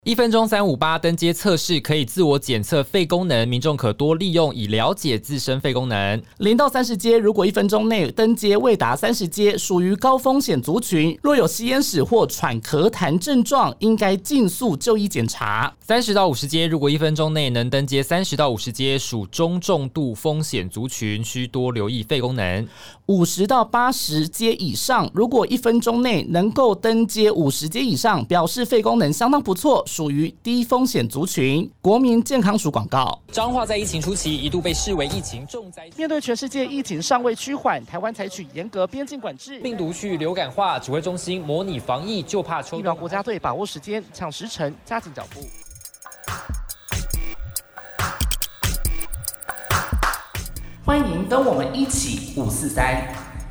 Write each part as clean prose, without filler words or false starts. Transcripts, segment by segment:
1分钟358登阶测试可以自我检测肺功能，民众可多利用以了解自身肺功能。 0到30阶，如果1分钟内登阶未达30阶，属于高风险族群。若有吸烟史或喘咳痰症状，应该尽速就医检查。 30到50阶，如果1分钟内能登阶30到50阶，属中重度风险族群，需多留意肺功能。 50到80阶以上，如果1分钟内能够登阶50阶以上，表示肺功能相当不错，属于低风险族群。国民健康署广告。 彰化在疫情初期一度被视为疫情重灾区， 面对全世界疫情尚未趋缓，台湾采取严格边境管制， 病毒去流感化，指挥中心模拟防疫，就怕抽。 疫苗国家队把握时间，抢时程，加紧脚步。欢迎跟我们一起543。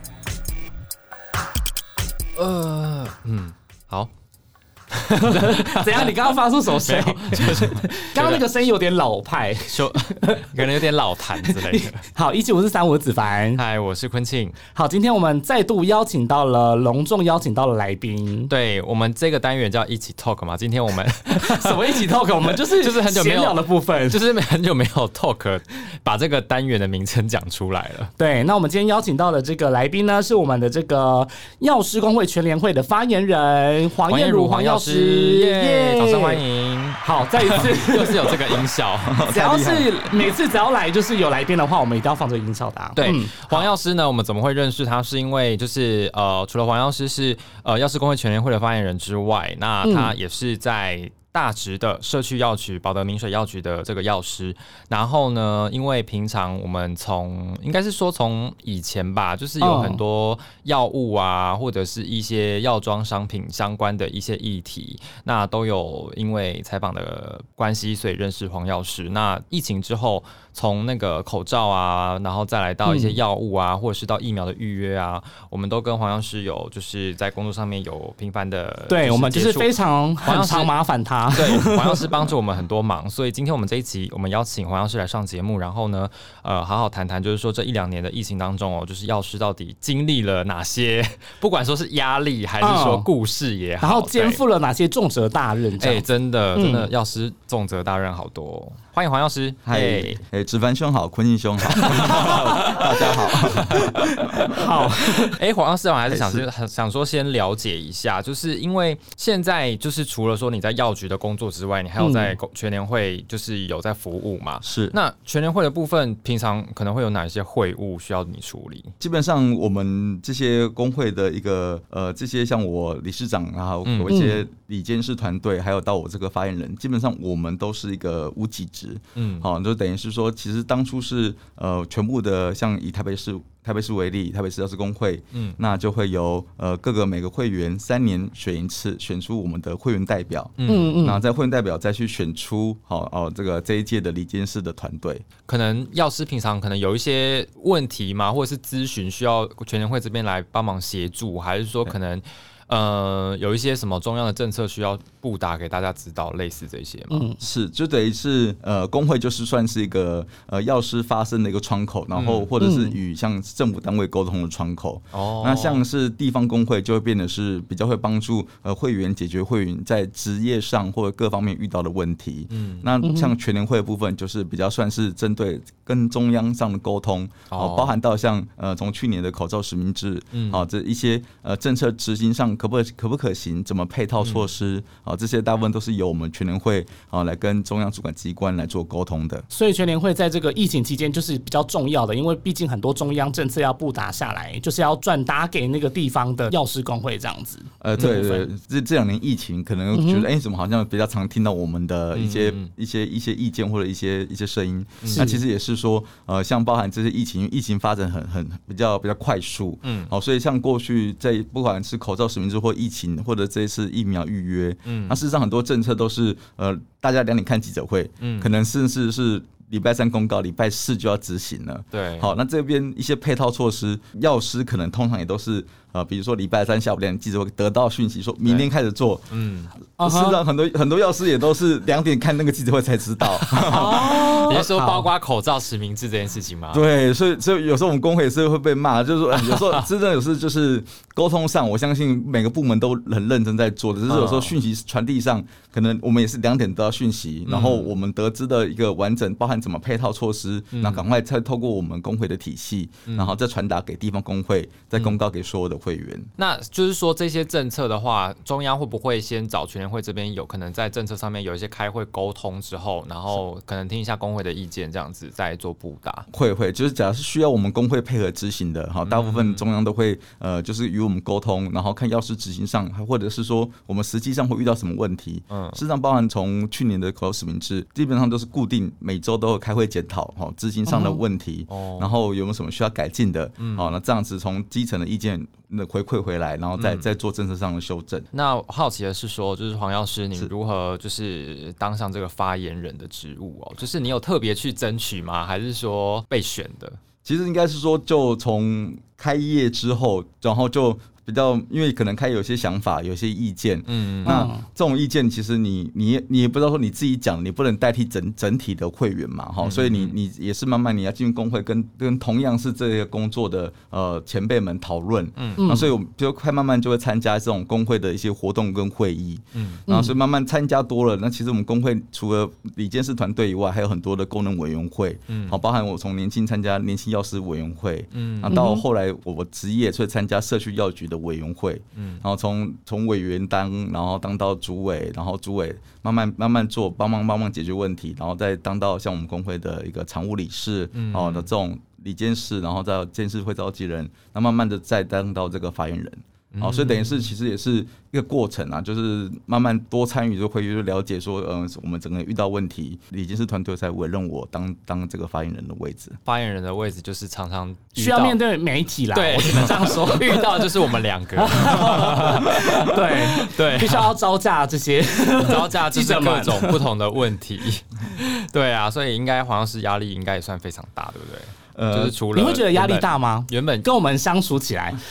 好。 怎样？你刚刚发出什么声音？就是刚刚那个声音有点老派， 可能有点老痰之类的。 好，17543，我是子凡， 嗨，我是坤庆。 好，今天我们再度隆重邀请到了来宾。 对，我们这个单元叫一起 talk 嘛。今天我们什么一起 talk？ 我们就是很久没有闲聊的部分， 就是很久没有 talk， 把这个单元的名称讲出来了。 对，那我们今天邀请到的这个来宾呢，是我们的这个药师公会全联会的发言人黄燕如黄药师。 耶！掌声欢迎。 好，再一次又是有这个音效。 每次只要来就是有来宾的话，我们一定要放这个音效的。 对，黄药师呢，我们怎么会认识他？是因为就是除了黄药师是药师公会全联会的发言人之外，那他也是在大直的社区药局保德明水药局的这个药师。然后呢，因为平常我们应该是说从以前吧，就是有很多药物啊，或者是一些药妆商品相关的一些议题，那都有因为采访的关系，所以认识黄药师。那疫情之后，从那个口罩啊，然后再来到一些药物啊，或者是到疫苗的预约啊，我们都跟黄药师有就是在工作上面有频繁的， 对，我们就是非常很常麻烦他。 对，黄药师帮助我们很多忙，所以今天我们这一集我们邀请黄药师来上节目，然后呢，好好谈谈，就是说这1-2年的疫情当中就是药师到底经历了哪些，不管说是压力还是说故事也好， 然后肩负了哪些重责大任。 真的，药师重责大任好多。欢迎黄药师。 嗨，子凡兄好，坤庆兄好，大家好。 好，黄药师，我还是想说先了解一下，就是因为现在就是除了说你在药局的工作之外，你还有在全联会就是有在服务嘛？ 是。 那全联会的部分，平常可能会有哪一些会务需要你处理？ 基本上我们这些工会的一个这些像我理事长，然后有一些理监事团队，还有到我这个发言人，基本上我们都是一个无给职。好，就等于是说，其实当初是全部的，像以台北市为例，台北市药师公会，那就会由每个会员3年选一次，选出我们的会员代表，那在会员代表再去选出这一届的理监事的团队。 可能药师平常可能有一些问题嘛，或者是咨询需要全联会这边来帮忙协助，还是说可能有一些什么中央的政策需要布达给大家知道，类似这些吗？ 是，就等于是工会就是算是一个药师发声的一个窗口，然后或者是与像政府单位沟通的窗口。那像是地方工会就会变得是比较会帮助会员解决会员在职业上或者各方面遇到的问题。那像全联会的部分就是比较算是针对跟中央上的沟通，包含到像从去年的口罩实名制，这一些政策执行上可不可行，怎么配套措施，这些大部分都是由我们全联会来跟中央主管机关来做沟通的。 所以全联会在这个疫情期间就是比较重要的，因为毕竟很多中央政策要布达下来，就是要转达给那个地方的药师公会这样子。 对，这2年疫情可能觉得怎么好像比较常听到我们的一些意见或者一些声音。那其实也是说像包含这些疫情发展很比较快速，所以像过去在不管是口罩实名制或疫情，或者这一次疫苗预约，那事实上很多政策都是大家2点看记者会，可能甚至是礼拜3公告，礼拜4就要执行了。 对， 好，那这边一些配套措施，药师可能通常也都是比如说礼拜3下午2点记者会得到讯息说明天开始做，事实上很多药师也都是2点看那个记者会才知道。 你是说包括口罩实名制这件事情吗？ 对，所以有时候我们工会也是会被骂，就是说有时候真的有时就是沟通上，我相信每个部门都很认真在做的，只是有时候讯息传递上，可能我们也是2点得到讯息，然后我们得知的一个完整，包含怎么配套措施，然后赶快再透过我们工会的体系，然后再传达给地方工会，再公告给所有的会员。 那就是说这些政策的话，中央会不会先找全联会这边有可能在政策上面有一些开会沟通之后，然后可能听一下工会的意见，这样子再做布达？ 会，就是假如是需要我们工会配合执行的，大部分中央都会就是与我们沟通，然后看药师执行上，或者是说我们实际上会遇到什么问题。事实上，包含从去年的口罩实名制，基本上都是固定每周都会开会检讨执行上的问题，然后有没有什么需要改进的，那这样子从基层的意见回馈回来，然后再做政策上的修正。 那好奇的是说，就是黄药师，你如何就是当上这个发言人的职务哦？就是你有特别去争取吗？还是说被选的？ 其实应该是说，就从开业之后，然后就比较，因为可能有些想法，有些意见，那这种意见其实你也不知道说你自己讲，你不能代替整体的会员嘛，所以你也是慢慢你要进入工会，跟同样是这个工作的前辈们讨论，那所以我们就慢慢就会参加这种工会的一些活动跟会议，然后所以慢慢参加多了，那其实我们工会除了理监事团队以外，还有很多的功能委员会，包含我从年轻参加年轻药师委员会，到后来我职业所以参加社区药局的委员会，然后从委员当，然后当到主委，然后主委慢慢做，帮忙解决问题，然后再当到像我们工会的一个常务理事，的这种理监事，然后再监事会召集人，那慢慢的再当到这个发言人。所以等于是其实也是一个过程啊，就是慢慢多参与这个会议，就了解说，我们整个遇到问题，理监事团队才委任我当这个发言人的位置。 发言人的位置就是常常需要面对媒体啦， 对， 我只能这样说， 遇到就是我们2个，对， 必须要招架这些就是各种不同的问题，对啊，所以应该黄药师压力应该也算非常大，对不对？就是除了你会觉得压力大吗？ 原本跟我们相处起来，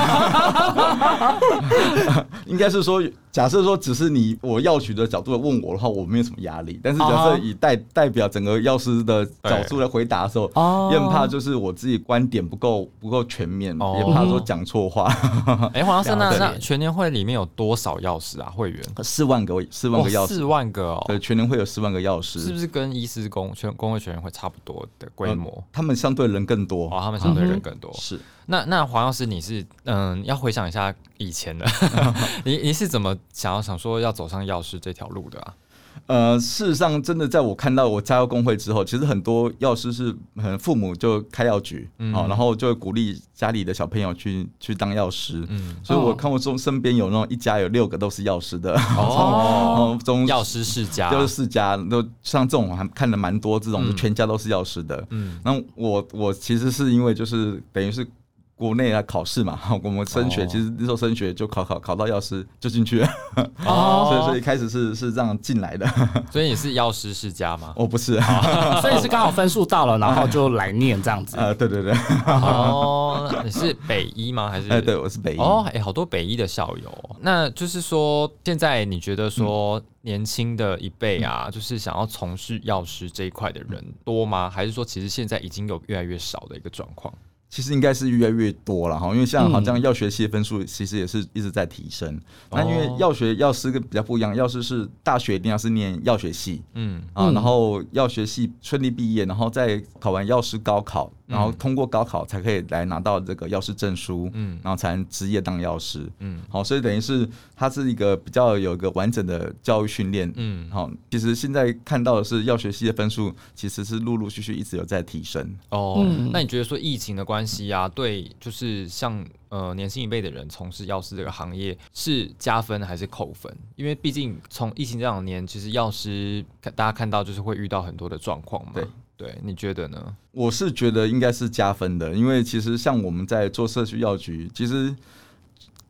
应该是说，假设说只是我药局的角度来问我的话，我没有什么压力。但是假设以代表整个药师的角度来回答的时候，也很怕就是我自己观点不够全面，也怕说讲错话。 黄药师，那全联会里面有多少药师啊？会员 4万个药师，4 万个哦。 对，全联会有4万个药师， 是不是跟医师工会全联会差不多的规模？ 他们相对人更多， 他们相对人更多。 是。 那黄药师，你是要回想一下以前的，你是怎么想说要走上药师这条路的啊？ 事实上，真的在我看到我加入工会之后，其实很多药师是父母就开药局，然后就鼓励家里的小朋友去当药师，所以我看过身边有那种一家有6个都是药师的，从药师世家， 就是世家，都像这种还看的蛮多，这种全家都是药师的。那我其实是因为就是等于是。国内考试嘛，我们升学，其实那时候升学就考到药师就进去了，所以开始是这样进来的。 所以你是药师世家吗？ 我不是， 所以是刚好分数到了，然后就来念这样子。 对。 你是北医吗？还是？ 对，我是北医。 好多北医的校友。那就是说，现在你觉得说年轻的一辈啊，就是想要从事药师这一块的人多吗？还是说，其实现在已经有越来越少的一个状况？ 其实应该是越来越多了哈，因为像好像药学系的分数其实也是一直在提升。那因为药师跟比较不一样，药师是大学一定要是念药学系，然后药学系顺利毕业，然后再考完药师高考，然后通过高考才可以来拿到这个药师证书，然后才能执业当药师。好，所以等于是它是一个比较有一个完整的教育训练。好，其实现在看到的是药学系的分数其实是陆陆续续一直有在提升。 那你觉得说疫情的关系啊，对，就是像年轻一辈的人从事药师这个行业是加分还是扣分？因为毕竟从疫情这2年，其实药师大家看到就是会遇到很多的状况嘛。对，你觉得呢？ 我是觉得应该是加分的，因为其实像我们在做社区药局，其实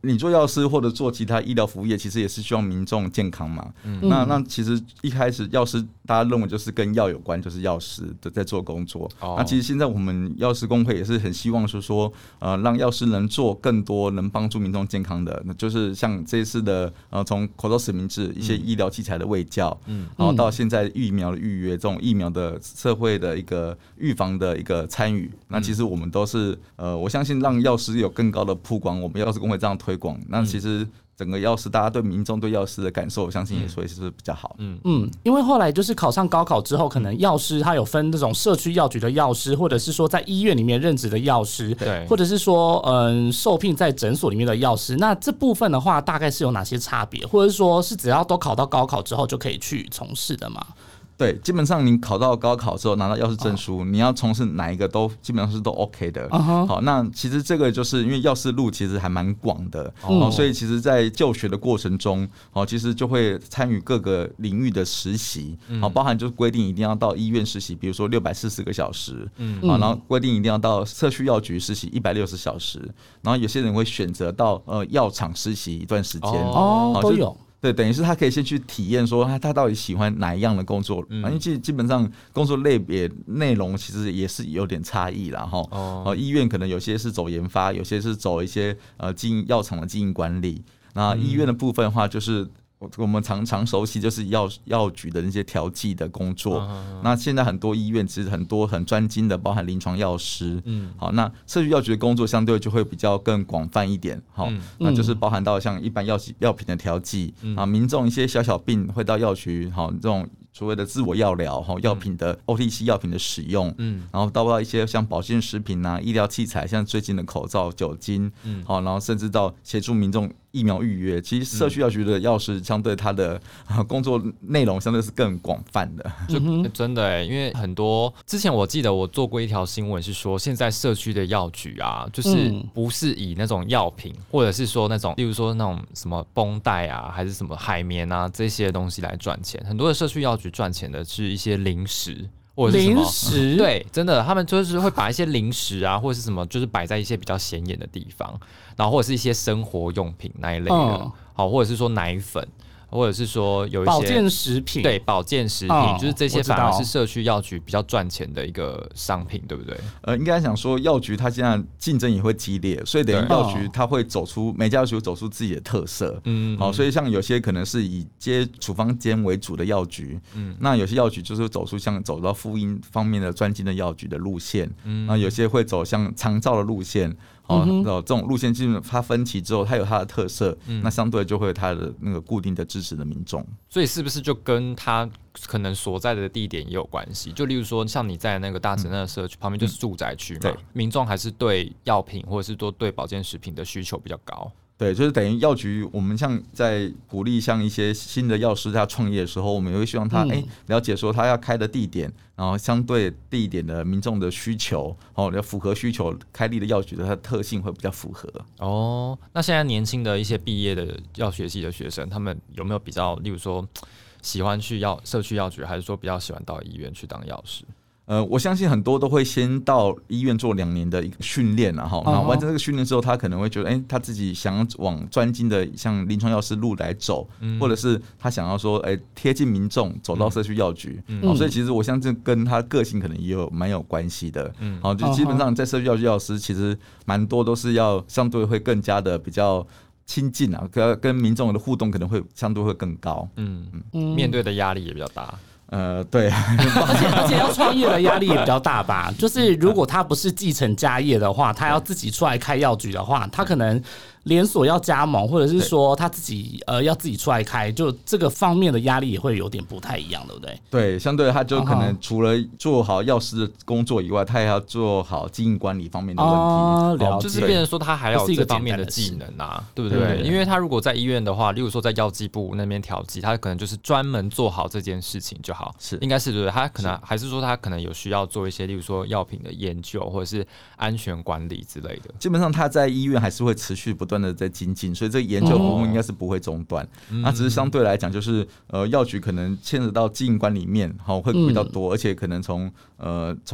你做药师或者做其他医疗服务业，其实也是希望民众健康嘛。那其实一开始药师大家认为就是跟药有关，就是药师的在做工作。那其实现在我们药师工会也是很希望说让药师能做更多能帮助民众健康的，那就是像这一次的从口罩实名制、一些医疗器材的卫教，然后到现在疫苗的预约，这种疫苗的社会的一个预防的一个参与，那其实我们都是我相信让药师有更高的曝光，我们药师工会这样推广，那其实整个药师，大家对民众对药师的感受，我相信也会是比较好。 因为后来就是考上高考之后，可能药师他有分那种社区药局的药师，或者是说在医院里面任职的药师， 对， 或者是说受聘在诊所里面的药师。那这部分的话，大概是有哪些差别，或者是说是只要都考到高考之后就可以去从事的吗？ 对，基本上你考到高考之后拿到药师证书，你要从事哪一个都基本上是都 OK 的。好，那其实这个就是因为药师路其实还蛮广的，所以其实在就学的过程中，其实就会参与各个领域的实习，包含就是规定一定要到医院实习，比如说640个小时，然后规定一定要到社区药局实习160小时，然后有些人会选择到药厂实习一段时间， 都有。 对，等于是他可以先去体验说他到底喜欢哪一样的工作，因为基本上工作类别内容其实也是有点差异啦哈。医院可能有些是走研发，有些是走一些药厂的经营管理。那医院的部分的话，就是我们常熟悉就是药局的那些调剂的工作。那现在很多医院其实很多很专精的，包含临床药师。好，那社区药局的工作相对就会比较更广泛一点。好，那就是包含到像一般药品的调剂啊，民众一些小病会到药局，好这种所谓的自我药疗，药品的 OTC 药品的使用，然后到一些像保健食品啊、医疗器材，像最近的口罩、酒精，好，然后甚至到协助民众疫苗预约。其实社区药局的药师相对他的工作内容相对是更广泛的， 就真的因为很多之前我记得我做过一条新闻是说，现在社区的药局啊，就是不是以那种药品，或者是说那种例如说那种什么绷带啊，还是什么海绵啊这些东西来赚钱，很多的社区药局赚钱的是一些零食。或者是什么零食，对，真的，他们就是会把一些零食啊，或者是什么，就是摆在一些比较显眼的地方，然后或者是一些生活用品那一类的，好，或者是说奶粉，或者是说有一些保健食品， 对，保健食品，就是这些反而是社区药局比较赚钱的一个商品，对不对？ 应该想说药局它现在竞争也会激烈，所以等于药局它会走出每家药局走出自己的特色，好，所以像有些可能是以接处方间为主的药局，那有些药局就是走到妇婴方面的专精的药局的路线，那有些会走像长照的路线。这种路线基本它分歧之后，它有它的特色，那相对就会有它的那个固定的支持的民众。 所以是不是就跟它可能所在的地点也有关系？就例如说，像你在那个大城那个社区旁边就是住宅区嘛，民众还是对药品或者是说对保健食品的需求比较高。 对，就是等于药局，我们像在鼓励像一些新的药师他创业的时候，我们也会希望他了解说他要开的地点，然后相对地点的民众的需求，要符合需求，开立的药局的它的特性会比较符合。 那现在年轻的一些毕业的药学系的学生，他们有没有比较，例如说喜欢去社区药局，还是说比较喜欢到医院去当药师？ 我相信很多都会先到医院做2年的一个训练，然后完成这个训练之后，他可能会觉得，他自己想要往专精的像临床药师路来走，或者是他想要说，贴近民众，走到社区药局，所以其实我相信跟他个性可能也有蛮有关系的。好，就基本上在社区药局药师其实蛮多都是要相对会更加的比较亲近啊，跟民众的互动可能会相对会更高。 面对的压力也比较大。 对， 而且要创业的压力也比较大吧。就是如果他不是继承家业的话，他要自己出来开药局的话，他可能连锁要加盟，或者是说他自己要自己出来开，就这个方面的压力也会有点不太一样，对不对？ 对，相对他就可能除了做好药师的工作以外，他也要做好经营管理方面的问题， 就是变成说他还要有这方面的技能啊，对不对？因为他如果在医院的话，例如说在药剂部那边调剂，他可能就是专门做好这件事情就好，是应该是对不对？他可能还是说他可能有需要做一些，例如说药品的研究或者是安全管理之类的。 基本上他在医院还是会持续不断的在精进，所以这个研究服务应该是不会中断。那只是相对来讲，就是药局可能牵扯到经营管理面，会比较多，而且可能从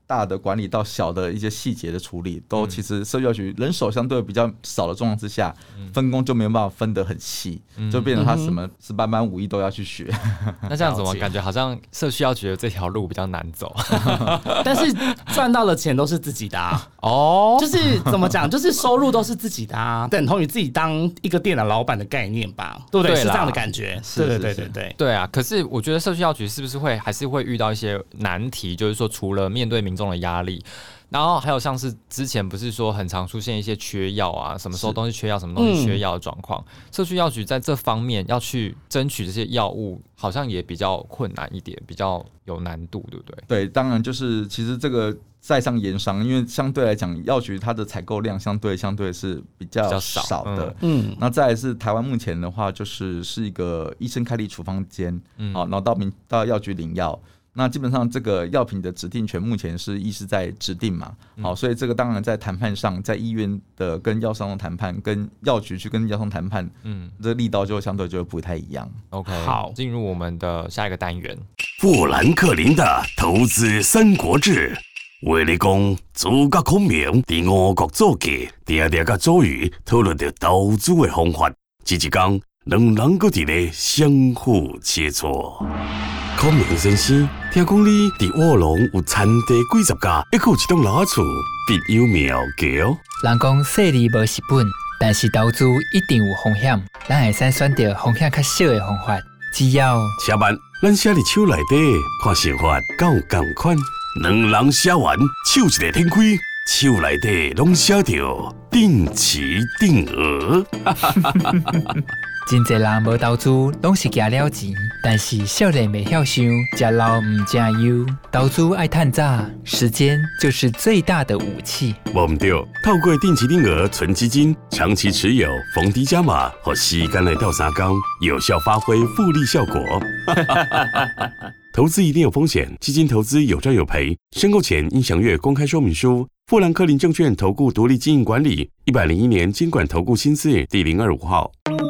大的管理到小的一些细节的处理，都其实社区药局人手相对比较少的状况之下，分工就没有办法分得很细，就变成他什么十八般武艺都要去学。 那这样怎么感觉好像社区药局的这条路比较难走？ 但是赚到的钱都是自己的就是怎么讲，就是收入都是自己的等同于自己当一个店的老板的概念吧，对不对？是这样的感觉。对啊。可是我觉得社区药局是不是还是会遇到一些难题？就是说，除了面对民众的压力，然后还有像是之前不是说很常出现一些缺药啊，什么时候东西缺药，什么东西缺药的状况，社区药局在这方面要去争取这些药物，好像也比较困难一点，比较有难度，对不对？ 对，当然就是其实这个在商言商，因为相对来讲，药局它的采购量相对是比较少的。那再来是台湾目前的话，是一个医生开立处方间，好，然后到药局领药。那基本上这个药品的指定权目前是医师在指定嘛，好，所以这个当然在谈判上，在医院的跟药商的谈判，跟药局去跟药商谈判，这个力道就相对就不太一样。 OK， 好，进入我们的下一个单元， 富兰克林的投资三国志。话你讲，诸葛孔明伫五国做客，常常甲周瑜讨论着投资的方法。一天，两人搁伫咧相互切磋。孔明先生，听讲你伫卧龙有田地几十家，还有一栋老厝，别有妙计。 人讲势利无是本，但是投资一定有风险，咱会使选择风险较小的方法。只要请问，咱写伫手内底，看想法敢有同款？两人写完，手一个天开，手内底拢写着定期定额。 真侪人无投资，拢是惊了钱，但是少年未晓想，食老唔正忧。投资爱趁早，时间就是最大的武器。 无唔对，透过定期定额存基金，长期持有，逢低加码，和时间来到三工，有效发挥复利效果。投资一定有风险，基金投资有赚有赔，申购前应详阅公开说明书。富兰克林证券投顾独立经营管理，101年金管投顾新字第025号。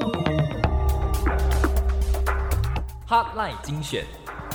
Hotline 精选。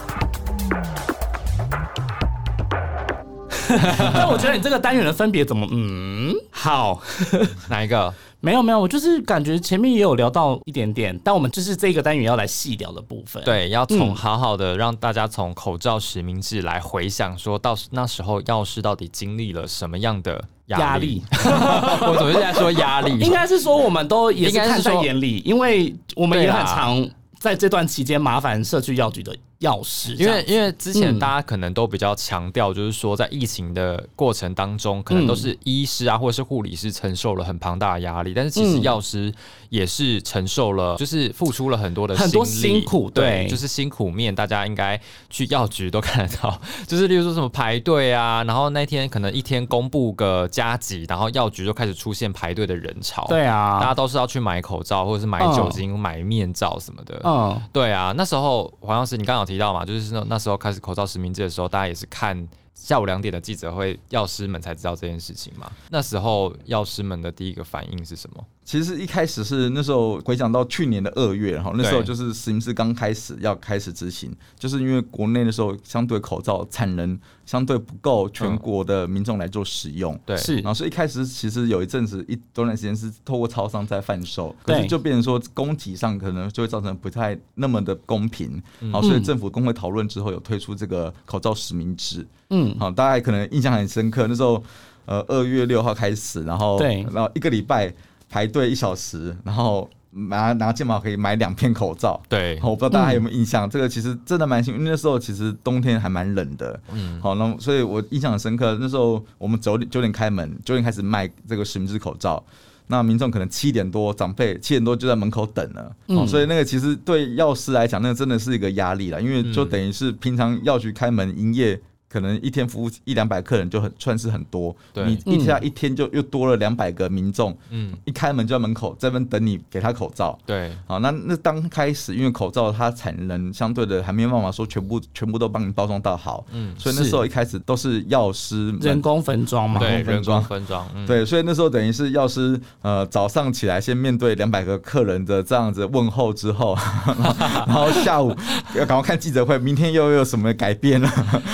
但我觉得你这个单元的分别怎么好哪一个？ 没有，我就是感觉前面也有聊到一点点，但我们就是这个单元要来细聊的部分。 对，要好好的让大家从口罩实名制来回想，说到那时候药师到底经历了什么样的压力？我怎么现在说压力？ 应该是说我们都也是看在眼里，因为我们也很常在这段期间麻烦社区药局的药师， 因为之前大家可能都比较强调，就是说在疫情的过程当中，可能都是医师啊或者是护理师承受了很庞大的压力，但是其实药师也是承受了，就是付出了很多的很多辛苦，对， 就是辛苦面，大家应该去药局都看得到，就是例如说什么排队啊，然后那天可能一天公布个加急，然后药局就开始出现排队的人潮， 对啊， 大家都是要去买口罩或者是买酒精、买面罩什么的，对啊，那时候好像是你刚刚有提到嘛，就是那时候开始口罩实名制的时候，大家也是看下午2点的记者会，药师们才知道这件事情嘛。那时候药师们的第一个反应是什么？ 其实一开始是那时候回想到去年的2月，然后那时候就是实名制刚开始要开始执行，就是因为国内那时候相对口罩产能相对不够，全国的民众来做使用， 对， 是。然后所以一开始其实有一阵子一段时间是透过超商在贩售，可是就变成说供给上可能就会造成不太那么的公平，好，所以政府工会讨论之后有推出这个口罩实名制，好，大家可能印象很深刻，那时候2月6号开始，然后1个礼拜。排队1小时，然后拿健保可以买2片口罩。 对， 我不知道大家还有没有印象，这个其实真的蛮幸运，因为那时候其实冬天还蛮冷的。好，那所以我印象很深刻。那时候我们9点开门，9点开始卖这个实名制口罩，那民众可能7点多，长辈7点多就在门口等了。所以那个其实对药师来讲，那个真的是一个压力啦，因为就等于是平常药局开门营业。可能一天服务100-200客人就算是很多，你一天就又多了200个民众，一开门就在门口在那边等你给他口罩， 对， 好，那当开始因为口罩它产能相对的还没有办法说全部都帮你包装到好，所以那时候一开始都是药师人工分装嘛， 对，人工分装， 对，所以那时候等于是药师早上起来先面对200个客人的这样子问候之后，然后下午要赶快看记者会，明天又有什么改变了，对啊。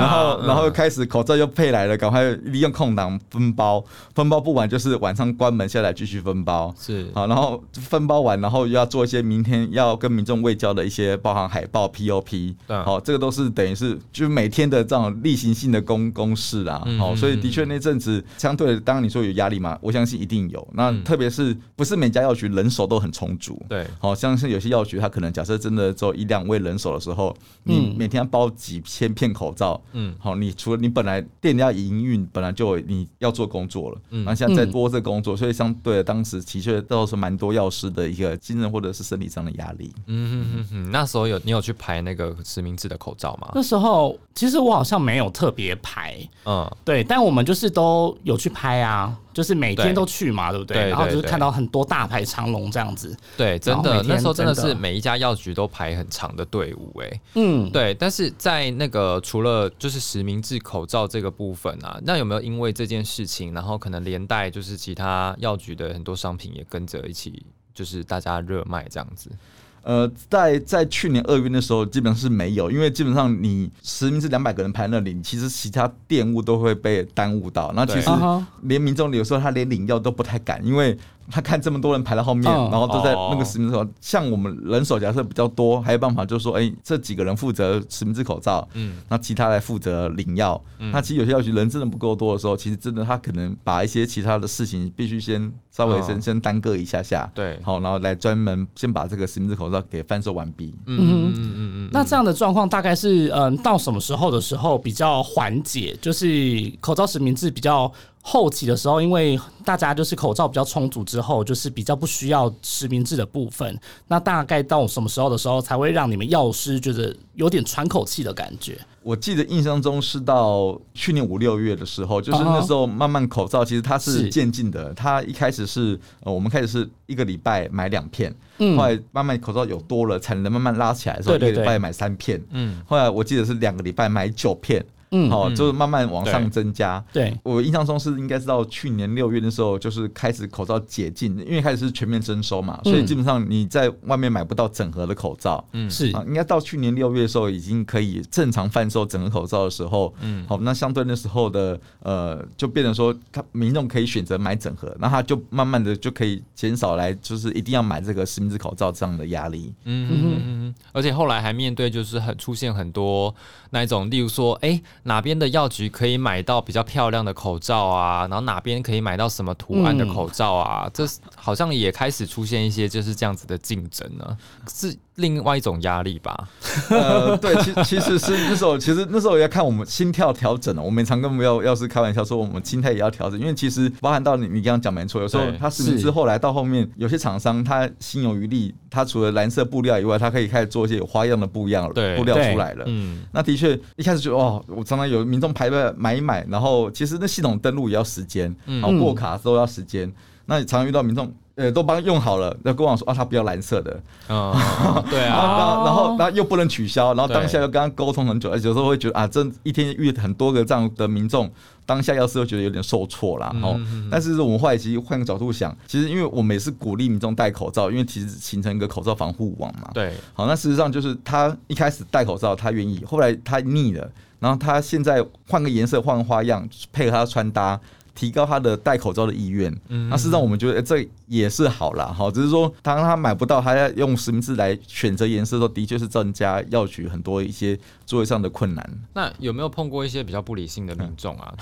然后开始口罩又配来了，赶快利用空档分包不完就是晚上关门下来继续分包， 是好，然后分包完，然后又要做一些明天要跟民众卫教的一些包含海报 POP， 好，这个都是等于是就是每天的这种例行性的公事啦，好，所以的确那阵子相对的，当然你说有压力嘛，我相信一定有。那特别是不是每家药局人手都很充足， 对， 好，像是有些药局它可能假设真的只有1-2位人手的时候，你每天要包几千片口罩，好，你除了你本来店要营运，本来就你要做工作了，那现在在多这工作，所以相对的当时的确倒是蛮多药师的一个精神或者是生理上的压力。 那时候你有去排那个实名制的口罩吗？ 那时候其实我好像没有特别排，对，但我们就是都有去拍啊，就是每天都去嘛，对不对？然后就是看到很多大排长龙这样子。 对，真的那时候真的是每一家药局都排很长的队伍，对。但是在那个除了就是实名制口罩这个部分啊，那有没有因为这件事情，然后可能连带就是其他药局的很多商品也跟着一起，就是大家热卖这样子？ 在去年2月的时候，基本上是没有，因为基本上你实名制200个人排那里，其实其他店务都会被耽误到。那其实连民众有时候他连领药都不太敢，因为他看这么多人排到后面，然后都在那个实名制口罩，像我们人手假设比较多，还有办法就是说，这几个人负责实名制口罩，那其他来负责领药。那其实有些药局人真的不够多的时候，其实真的他可能把一些其他的事情必须先稍微先耽搁一下， 对， 好，然后来专门先把这个实名制口罩给贩售完毕。 那这样的状况大概是到什么时候的时候比较缓解？就是口罩实名制比较后期的时候，因为大家就是口罩比较充足之后，就是比较不需要实名制的部分。那大概到什么时候的时候才会让你们药师觉得有点喘口气的感觉？ 我记得印象中是到去年5-6月的时候，就是那时候慢慢口罩其实它是渐进的，它一开始是我们开始是1个礼拜买2片，后来慢慢口罩有多了，产能慢慢拉起来的时候，1个礼拜买3片，后来我记得是2个礼拜买9片。就是慢慢往上增加。 对， 我印象中是应该是到去年6月的时候，就是开始口罩解禁，因为开始是全面征收嘛，所以基本上你在外面买不到整盒的口罩。 是应该到去年6月的时候，已经可以正常贩售整盒口罩的时候，好，那相对那时候的就变成说，民众可以选择买整盒，那他就慢慢的就可以减少来就是一定要买这个实名制口罩这样的压力。 而且后来还面对就是出现很多那一种，例如说，哪边的药局可以买到比较漂亮的口罩啊，然后哪边可以买到什么图案的口罩啊，这好像也开始出现一些就是这样子的竞争呢，是另外一种压力吧？ 对，其实是那时候也要看我们心跳调整了。我们常跟药师开玩笑说，我们心态也要调整，因为其实包含到你刚刚讲没错，有时候他实名制后来到后面，有些厂商他心有余力，他除了蓝色布料以外，他可以开始做一些有花样的布料出来了。那的确一开始就我常常有民众排队买一买，然后其实那系统登录也要时间，然后过卡都要时间。那常常遇到民众都帮用好了，要跟我说他不要蓝色的， 对啊， 然后又不能取消，然后当下又跟他沟通很久，而且有时候会觉得这一天遇很多个这样的民众，当下要是会觉得有点受挫啦。但是我们后来其实换个角度想，其实因为我们也是鼓励民众戴口罩，因为其实形成一个口罩防护网嘛。 对， 好，那事实上就是他一开始戴口罩他愿意，后来他腻了，然后他现在换个颜色换个花样配合他穿搭，提高他的戴口罩的意愿。那事实上我们觉得这也是好啦，只是说当他买不到，他要用实名制来选择颜色的时候，的确是增加药局很多一些作业上的困难。 那有没有碰过一些比较不理性的民众啊？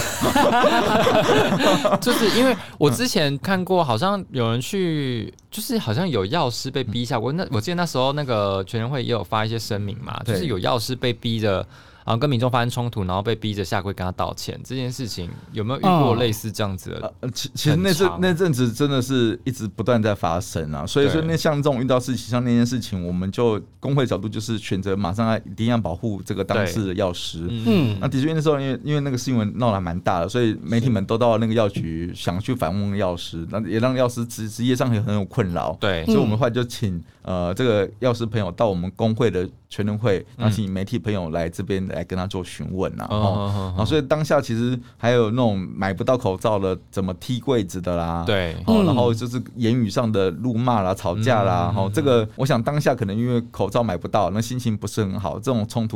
就是因为我之前看过，好像有人去，就是好像有药师被逼下过。那我记得那时候那个全联会也有发一些声明嘛，就是有药师被逼着。然后跟民众发生冲突，然后被逼着下跪跟他道歉，这件事情有没有遇过类似这样子的？ 其实那阵子真的是一直不断在发生啊，所以说像这种遇到事情，像那件事情，我们就工会角度就是选择马上一定要保护这个当事的药师。那的确那时候因为那个新闻闹得蛮大的，所以媒体们都到那个药局想去反问药师，那也让药师职业上很有困扰。 对， 所以我们后来就请这个药师朋友到我们工会的全联会，然后请媒体朋友来这边来跟他做询问所以当下其实还有那种买不到口罩的，怎么踢柜子的啦， 对， 然后就是言语上的辱骂啦、吵架啦，这个我想当下可能因为口罩买不到，那心情不是很好，这种冲突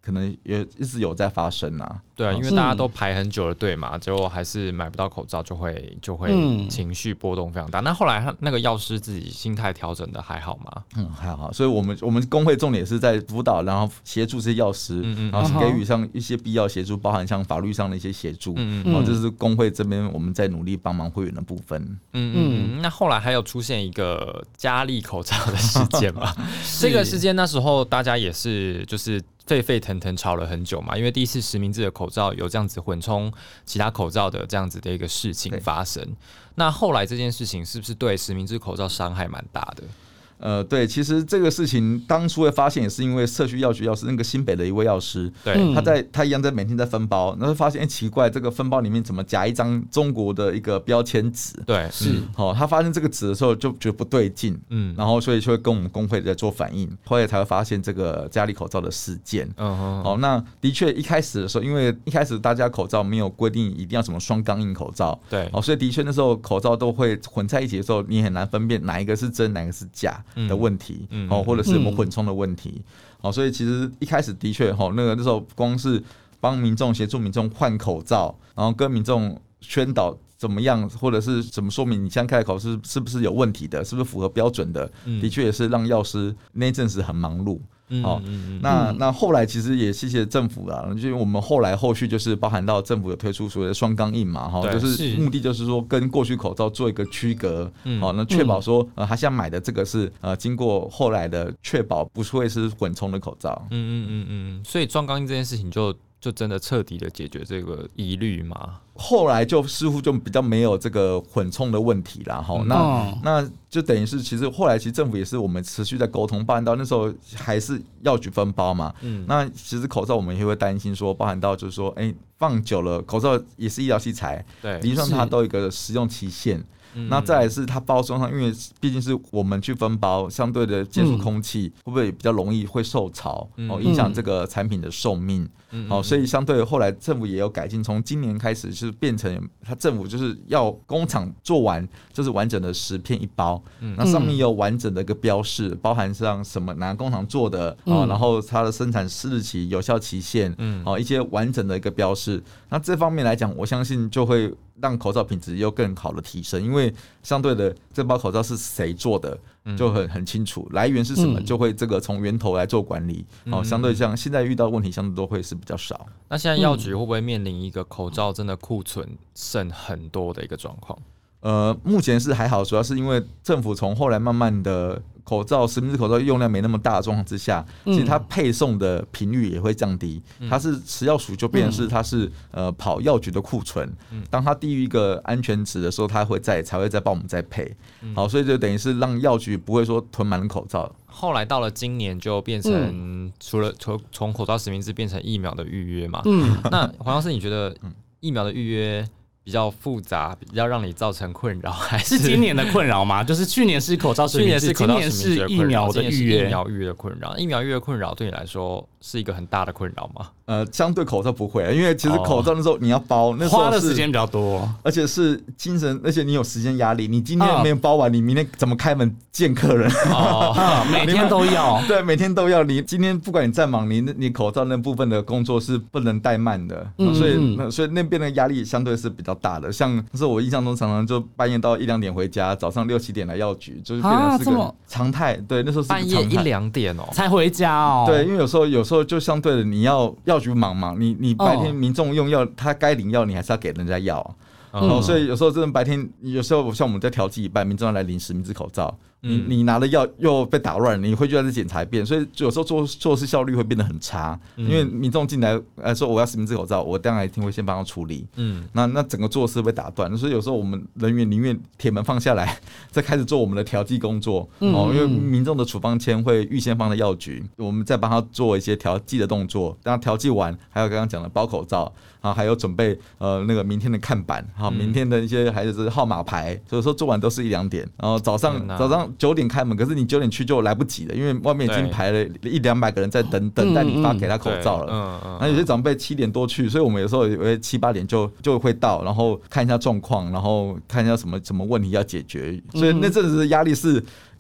可能也一直有在发生啊。 对啊，因为大家都排很久的队嘛，结果还是买不到口罩，就会情绪波动非常大。那后来那个药师自己心态调整的还好吗？ 还好。所以我们工会重点是在辅导，然后协助这些药师，然后给予上一些必要协助，包含像法律上的一些协助。这是工会这边我们在努力帮忙会员的部分。 那后来还有出现一个佳丽口罩的事件嘛？这个事件那时候大家也是就是沸沸腾腾吵了很久嘛，因为第一次实名制的口罩有这样子混充其他口罩的这样子的一个事情发生。那后来这件事情是不是对实名制口罩伤害蛮大的？ 对，其实这个事情当初会发现也是因为社区药局药师那个新北的一位药师， 对， 他一样在每天在分包，然后发现奇怪，这个分包里面怎么夹一张中国的一个标签纸？对，是，他发现这个纸的时候就觉得不对劲，然后所以就会跟我们工会在做反应，后来才会发现这个佳丽口罩的事件。那的确一开始的时候，因为一开始大家口罩没有规定一定要什么双钢印口罩，对，所以的确那时候口罩都会混在一起的时候，你很难分辨哪一个是真，哪一个是假的问题，或者是有没有混充的问题，所以其实一开始的确，那时候光是帮民众协助民众换口罩，然后跟民众宣导怎么样，或者是怎么说明你现在开的口是不是有问题的，是不是符合标准的，的确也是让药师那阵子很忙碌。那后来其实也谢谢政府啦，就是我们后续就是包含到政府有推出所谓的双钢印嘛，就是目的就是说跟过去口罩做一个区隔，那确保说他现在买的这个是经过后来的确保不会是混充的口罩。 所以双钢印这件事情就真的彻底的解决这个疑虑吗？ 后来就似乎就比较没有这个混充的问题啦。那就等于是其实后来其实政府也是我们持续在沟通，包含到那时候还是药局分包嘛。那其实口罩我们也会担心说，包含到就是说，放久了口罩也是医疗器材，对，理论上它都有一个使用期限。那再来是它包装上，因为毕竟是我们去分包，相对的接触空气会不会比较容易会受潮，影响这个产品的寿命。所以相对后来政府也有改进，从今年开始就是变成它政府就是要工厂做完就是完整的10片1包，那上面也有完整的一个标示，包含像什么哪个工厂做的，然后它的生产日期、有效期限，一些完整的一个标示。那这方面来讲，我相信就会让口罩品质又更好的提升，因为相对的这包口罩是谁做的就很清楚，来源是什么，就会这个从源头来做管理。相对像现在遇到的问题，相对都会是比较少。 那现在药局会不会面临一个口罩真的库存剩很多的一个状况？ 目前是还好，主要是因为政府从后来慢慢的实名制口罩用量没那么大的状况之下，其实它配送的频率也会降低。它是食药署就变成是它是跑药局的库存，当它低于一个安全值的时候，它才会再帮我们再配。好，所以就等于是让药局不会说囤满了口罩。 后来到了今年就变成除了从口罩实名制变成疫苗的预约嘛。那黄药师，你觉得疫苗的预约比较复杂，比较让你造成困扰，还是今年的困扰吗？就是去年是口罩实名制，今年是疫苗的预约， 疫苗预约的困扰。疫苗预约困扰对你来说是一个很大的困扰吗？ 相对口罩不会，因为其实口罩那时候你要包，那时候花的时间比较多， 而且是精神，而且你有时间压力。你今天没有包完，你明天怎么开门见客人？ 每天都要， 对，每天都要。你今天不管你再忙，你口罩那部分的工作是不能怠慢的，所以那边的压力相对是比较大的。像那时候我印象中常常就半夜到1、2点回家，早上6、7点来药局，就是变成是个常态。对，那时候是半夜1、2点才回家。 对，因为有时候就相对的你要药局忙嘛，你白天民众用药，他该领药你还是要给人家药。所以有时候真的白天，有时候像我们在调剂一半，民众要来领实名制口罩，你拿了药又被打乱，你回去再检查一遍，所以有时候做事效率会变得很差。因为民众进来说我要实名制口罩，我当然一定会先帮他处理。那整个做事被打断，所以有时候我们人员宁愿铁门放下来，再开始做我们的调剂工作。因为民众的处方签会预先放在药局，我们再帮他做一些调剂的动作。当他调剂完，还有刚刚讲的包口罩。还有准备那个明天的看板，明天的一些还有是号码牌，所以说做完都是1、2点，然后早上9点开门，可是你9点去就来不及了，因为外面已经排了100、200个人在等待你发给他口罩了。那有些长辈7点多去，所以我们有时候也会7、8点就会到，然后看一下状况，然后看一下什么问题要解决，所以那阵子的压力是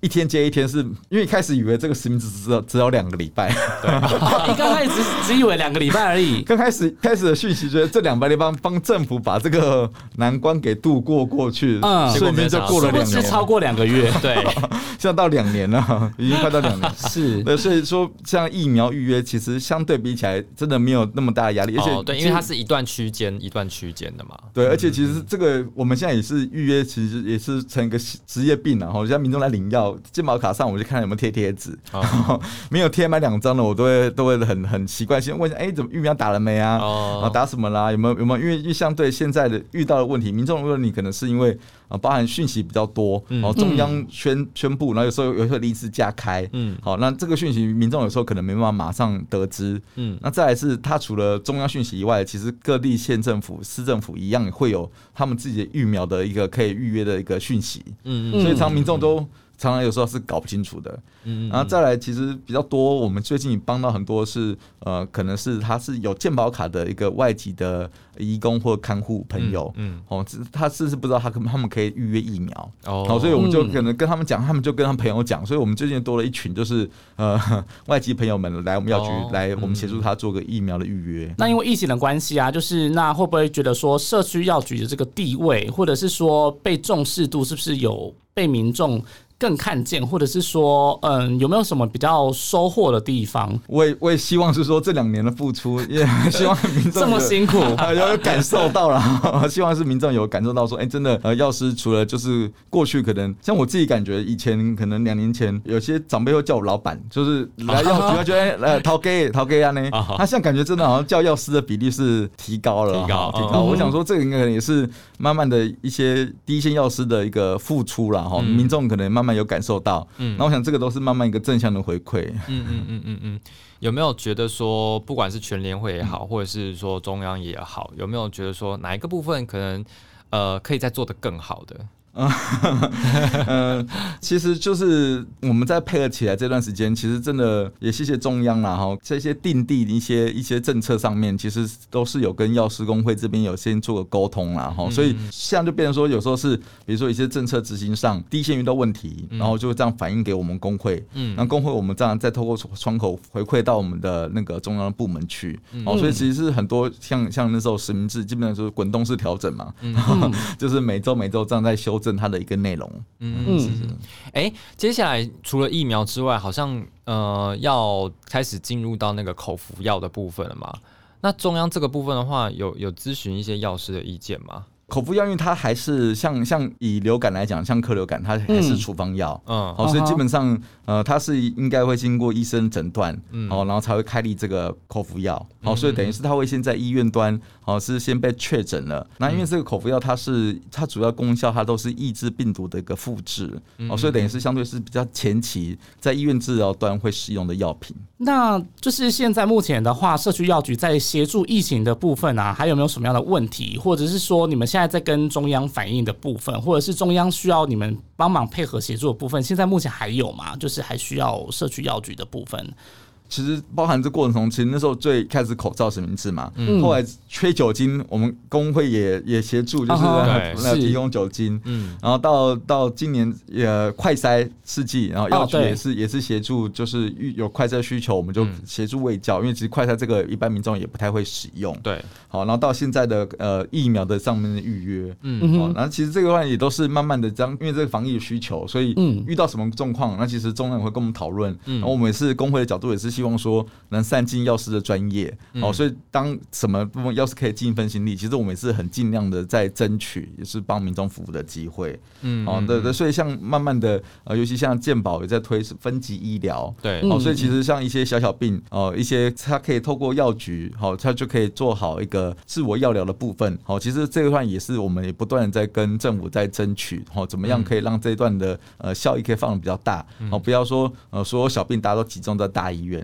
一天接一天，是因为一开始以为这个实名制只有2个礼拜， 对，你刚开始只以为2个礼拜而已。 刚开始的讯息觉得这200个礼拜帮政府把这个难关给度过去，瞬间就过了2年， 是超过2个月， 对， 现在到2年了，已经快到2年， 是， 所以说像疫苗预约，其实相对比起来，真的没有那么大的压力，而且对，因为它是一段区间的嘛， 对，而且其实这个我们现在也是预约，其实也是成一个职业病了，然后现在民众来领药，健保卡上我就看有没有贴纸，没有贴满2张的，我都会很习惯性问一下，怎么疫苗打了没啊？打什么啦？有没有？因为相对现在的遇到的问题，民众的问题可能是因为包含讯息比较多，中央宣布，然后有时候临时加开，好，那这个讯息民众有时候可能没办法马上得知，那再来是它除了中央讯息以外，其实各地县政府、市政府一样会有他们自己的疫苗的一个可以预约的一个讯息，所以民众都常常有时候是搞不清楚的，然后再来其实比较多，我们最近帮到很多是可能是他是有健保卡的一个外籍的移工或看护朋友，他是不知道他们可以预约疫苗，所以我们就可能跟他们讲，他们就跟他们朋友讲，所以我们最近多了一群就是外籍朋友们来我们药局来我们协助他做个疫苗的预约。 那因为疫情的关系啊，就是那会不会觉得说社区药局的这个地位，或者是说被重视度，是不是有被民众更看见，或者是说，有没有什么比较收获的地方？ 我也希望是说这2年的付出，也希望民众这么辛苦有感受到了，希望是民众有感受到说，真的，药师除了就是过去可能像我自己感觉，以前可能2年前有些长辈会叫我老板，就是来药局，他觉得陶给啊呢，他现在感觉真的好像叫药师的比例是提高了，提高。我想说这个应该也是慢慢的一些第一线药师的一个付出啦，民众可能慢慢有感受到，那我想这个都是慢慢一个正向的回馈。 有没有觉得说，不管是全联会也好，或者是说中央也好，有没有觉得说哪一个部分可能可以再做得更好的？ 其实就是我们在配合起来这段时间，其实真的也谢谢中央啦，这些定地一些政策上面，其实都是有跟药师公会这边有先做个沟通啦，所以现在就变成说，有时候是比如说一些政策执行上第一线遇到问题，然后就这样反映给我们工会，那工会我们这样再透过窗口回馈到我们的那个中央的部门去，所以其实是很多像那时候实名制基本上就是滚动式调整嘛，就是每周这样在修正它的一个内容。 接下来除了疫苗之外，好像要开始进入到那个口服药的部分了嘛？那中央这个部分的话，有咨询一些药师的意见吗？ 口服药因为它还是像以流感来讲，像克流感它还是处方药，所以基本上它是应该会经过医生诊断，然后才会开立这个口服药，所以等于是它会先在医院端是先被确诊了。那因为这个口服药它主要功效它都是抑制病毒的一个复制，所以等于是相对是比较前期在医院治疗端会使用的药品。 那就是现在目前的话，社区药局在协助疫情的部分啊，还有没有什么样的问题，或者是说你们现在在跟中央反映的部分，或者是中央需要你们帮忙配合协助的部分，现在目前还有吗？就是还需要社区药局的部分。 其实包含这过程中，其实那时候最开始口罩实名制嘛，后来缺酒精，我们工会也协助，就是提供酒精，然后到今年快筛试剂，然后药局也是协助，就是有快筛需求，我们就协助卫教，因为其实快筛这个一般民众也不太会使用，对，好，然后到现在的疫苗的上面的预约，然后其实这个话也都是慢慢的这样，因为这个防疫的需求，所以遇到什么状况，那其实中央也会跟我们讨论，然后我们也是工会的角度也是希望说能善尽药师的专业，所以当什么部分药师可以尽一份心力，其实我们也是很尽量的在争取，也是帮民众服务的机会。对，所以像慢慢的尤其像健保也在推分级医疗，对，所以其实像一些小病，一些它可以透过药局，它就可以做好一个自我药疗的部分。其实这一段也是我们也不断的在跟政府在争取，怎么样可以让这一段的效益可以放得比较大，不要说所有小病大家都集中在大医院。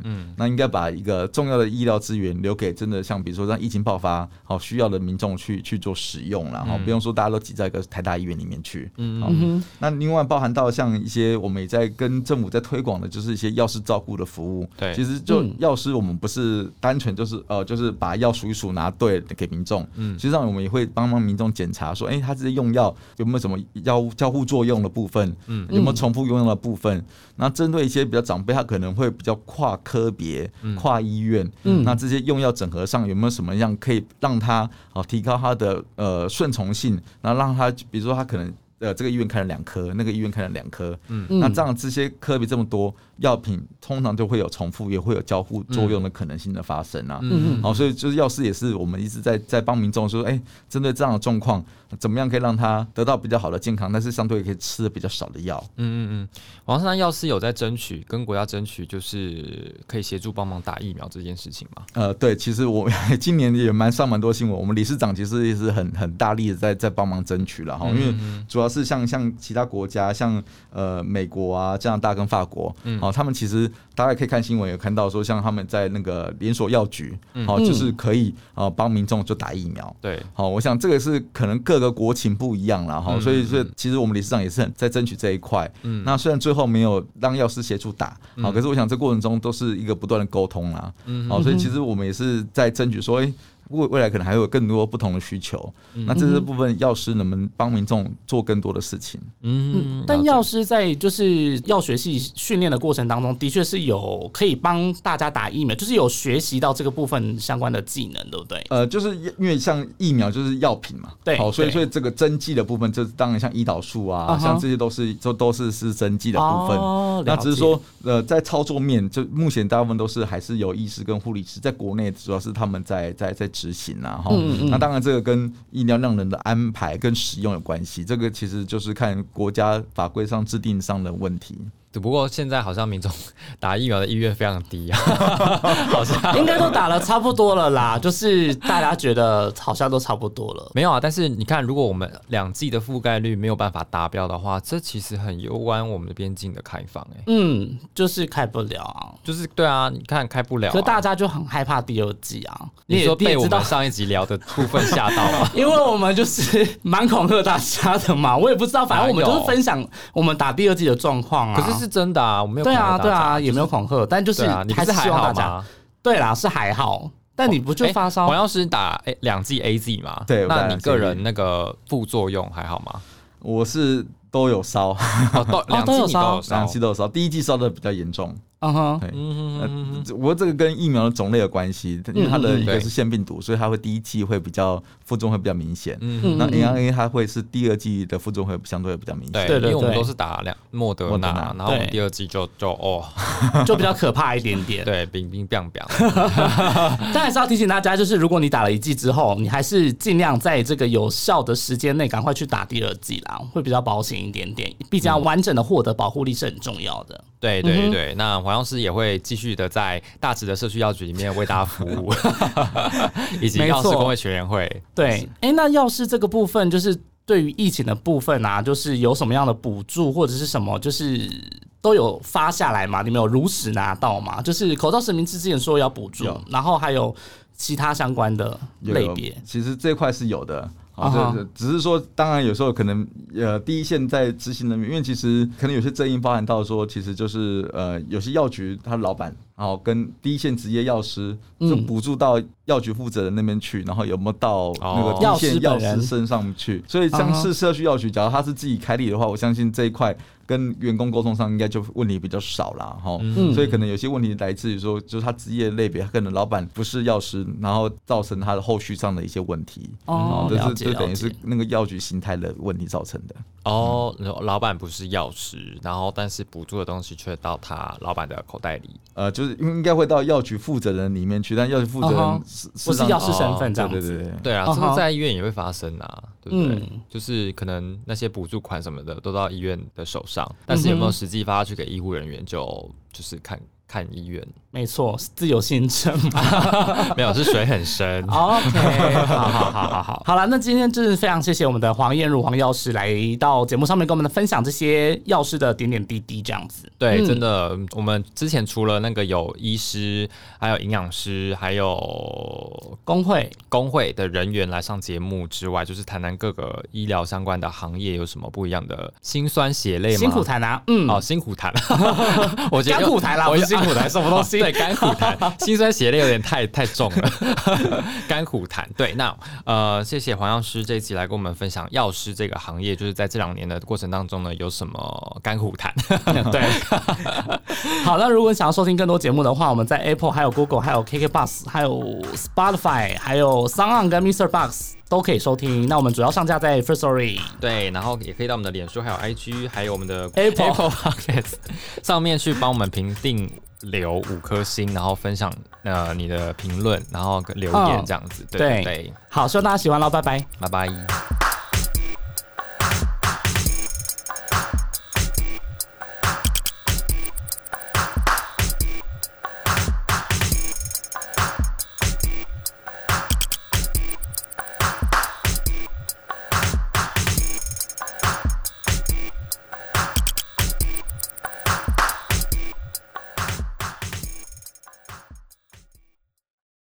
那应该把一个重要的医疗资源留给真的像比如说让疫情爆发需要的民众去做使用啦，不用说大家都挤在一个台大医院里面去。那另外包含到像一些我们也在跟政府在推广的，就是一些药师照顾的服务。 对， 其实就药师我们不是单纯就是把药数一数拿对给民众，实际上我们也会帮民众检查说，他这些用药有没有什么交互作用的部分，有没有重复用的部分。那针对一些比较长辈，他可能会比较跨科别、跨医院，那这些用药整合上有没有什么样可以让他提高他的顺从性，然后让他比如说他可能这个医院开了2颗，那个医院开了2颗，那这样这些科别这么多，药品通常就会有重复，也会有交互作用的可能性的发生啊。所以就是药师也是我们一直在帮民众说，针对这样的状况，怎么样可以让他得到比较好的健康，但是相对可以吃的比较少的药。 王山药师有在争取跟国家争取，就是可以协助帮忙打疫苗这件事情吗？ 对，其实我今年也上蛮多新闻，我们理事长其实也是很大力的在帮忙争取了哈，因为主要是像其他国家，像美国啊、加拿大跟法国，他们其实大家可以看新闻有看到说，像他们在那个连锁药局，就是可以帮民众就打疫苗。 对， 我想这个是可能各个国情不一样啦，所以其实我们理事长也是很在争取这一块。那虽然最后没有让药师协助打，可是我想这过程中都是一个不断的沟通啦。所以其实我们也是在争取说，未来可能还会有更多不同的需求，那这部分药师能不能帮民众做更多的事情？ 但药师在就是药学系训练的过程当中，的确是有可以帮大家打疫苗，就是有学习到这个部分相关的技能，对不对？ 就是因为像疫苗就是药品嘛， 对， 所以这个针剂的部分，就是当然像胰岛素啊，像这些都是针剂的部分。那只是说在操作面，就目前大部分都是还是有医师跟护理师，在国内主要是他们在执行啊，那当然这个跟医疗量能的安排跟使用有关系，这个其实就是看国家法规上制定上的问题。 只不过现在好像民众打疫苗的意愿非常低啊，好像应该都打了差不多了啦，就是大家觉得好像都差不多了。 没有啊，但是你看，如果我们2剂的覆盖率没有办法达标的话，这其实很攸关我们的边境的开放。 就是开不了啊， 就是对啊，你看开不了， 所以大家就很害怕第2剂啊。 你说被我们上一集聊的部分吓到吗？ 因为我们就是蛮恐吓大家的嘛，我也不知道，反正我们就是分享我们打第2剂的状况啊。 可是是真的啊，我没有恐吓大家。 对啊，也没有恐吓，但就是还是希望大家。对啦，是还好，但你不就发烧？ 黄药师打2剂 AZ 嘛？ 对， 那你个人那个副作用还好吗？ 我是都有烧 ，2剂都有烧，第1剂烧的比较严重。不过这个跟疫苗的种类有关系，因为它的一个是腺病毒，所以它会第1剂会比较副作用会比较明显。那 mRNA 它会是第2剂的副作用会相对比较明显。 对，因为我们都是打莫德纳，然后我们第2剂就就比较可怕一点点。 对，冰冰冰冰。 但还是要提醒大家，就是如果你打了1剂之后，你还是尽量在这个有效的时间内赶快去打第2剂啦，会比较保险一点点。毕竟要完整的获得保护力是很重要的。 对，那黄药师也会继续的在大直的社区药局里面为大家服务，以及药师公会全联会。 对，那药师这个部分，就是对于疫情的部分啊，就是有什么样的补助或者是什么，就是都有发下来嘛？你们有如实拿到吗？就是口罩实名制之前说要补助，然后还有其他相关的类别， 其实这块是有的。只是说，当然有时候可能第一线在执行人员，因为其实可能有些争议包含到说，其实就是有些药局他的老板，然后跟第一线职业药师就补助到药局负责人那边去，然后有没有到那个第一线药师身上去？所以像是社区药局，假如他是自己开立的话，我相信这一块跟员工沟通上应该就问题比较少啦。所以可能有些问题来自于说，就是他职业类别，可能老板不是药师，然后造成他的后续上的一些问题。这等于是那个药局形态的问题造成的。 老板不是药师，然后但是补助的东西却到他老板的口袋里。 就是应该会到药局负责人里面去，但药局负责人不是药师身份这样子。 对啊，这个在医院也会发生啊，对不对？就是可能那些补助款什么的都到医院的手上，但是有没有实际发去给医护人员，就是看医院。 没错，自由行政没有，是水很深。 OK， 好了，那今天真是非常谢谢我们的黄燕如黄药师来到节目上面跟我们分享这些药师的点点滴滴，这样子。 对，真的，我们之前除了那个有医师，还有营养师，还有工会的人员来上节目之外，就是谈谈各个医疗相关的行业有什么不一样的辛酸血泪吗？ 辛苦谈啊， 辛苦谈，我觉得甘苦谈啦，不是辛苦谈，什么东西？ 对，甘苦谈，辛酸血泪有点太重了，甘苦谈。对，那谢谢黄药师这一期来跟我们分享药师这个行业，就是在这2年的过程当中呢，有什么甘苦谈？ 对，好，那如果你想要收听更多节目的话，我们在 Apple、还有 Google、还有 KKBox、还有 Spotify、还有 SoundOn 跟 Mr. Box 都可以收听。那我们主要上架在 Firstory， 对，然后也可以到我们的脸书、还有 IG、还有我们的 Apple Podcast 上面去帮我们评定。留5颗星，然后分享你的评论，然后留言这样子，对。 好，希望大家喜欢咯，拜拜， 拜拜。